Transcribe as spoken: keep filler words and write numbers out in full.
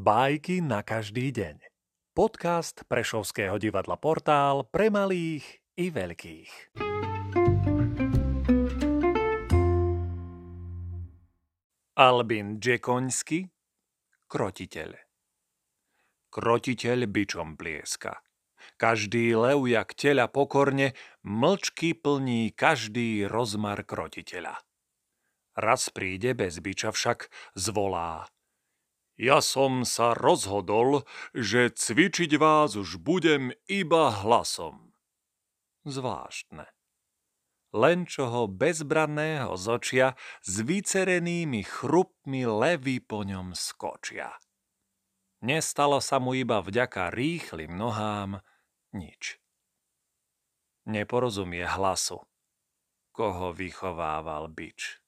Bajky na každý deň. Podcast Prešovského divadla Portál pre malých i veľkých. Albin Džekoňský, Krotiteľ. Krotiteľ bičom plieska. Každý lev jak teľa pokorne mlčky plní každý rozmar krotiteľa. Raz príde bez biča však zvolá: Ja som sa rozhodol, že cvičiť vás už budem iba hlasom. Zvláštne. Len čo ho bezbranného zočia s vycerenými chrupmi levy po ňom skočia. Nestalo sa mu iba vďaka rýchlym nohám nič. Neporozumie hlasu, koho vychovával bič.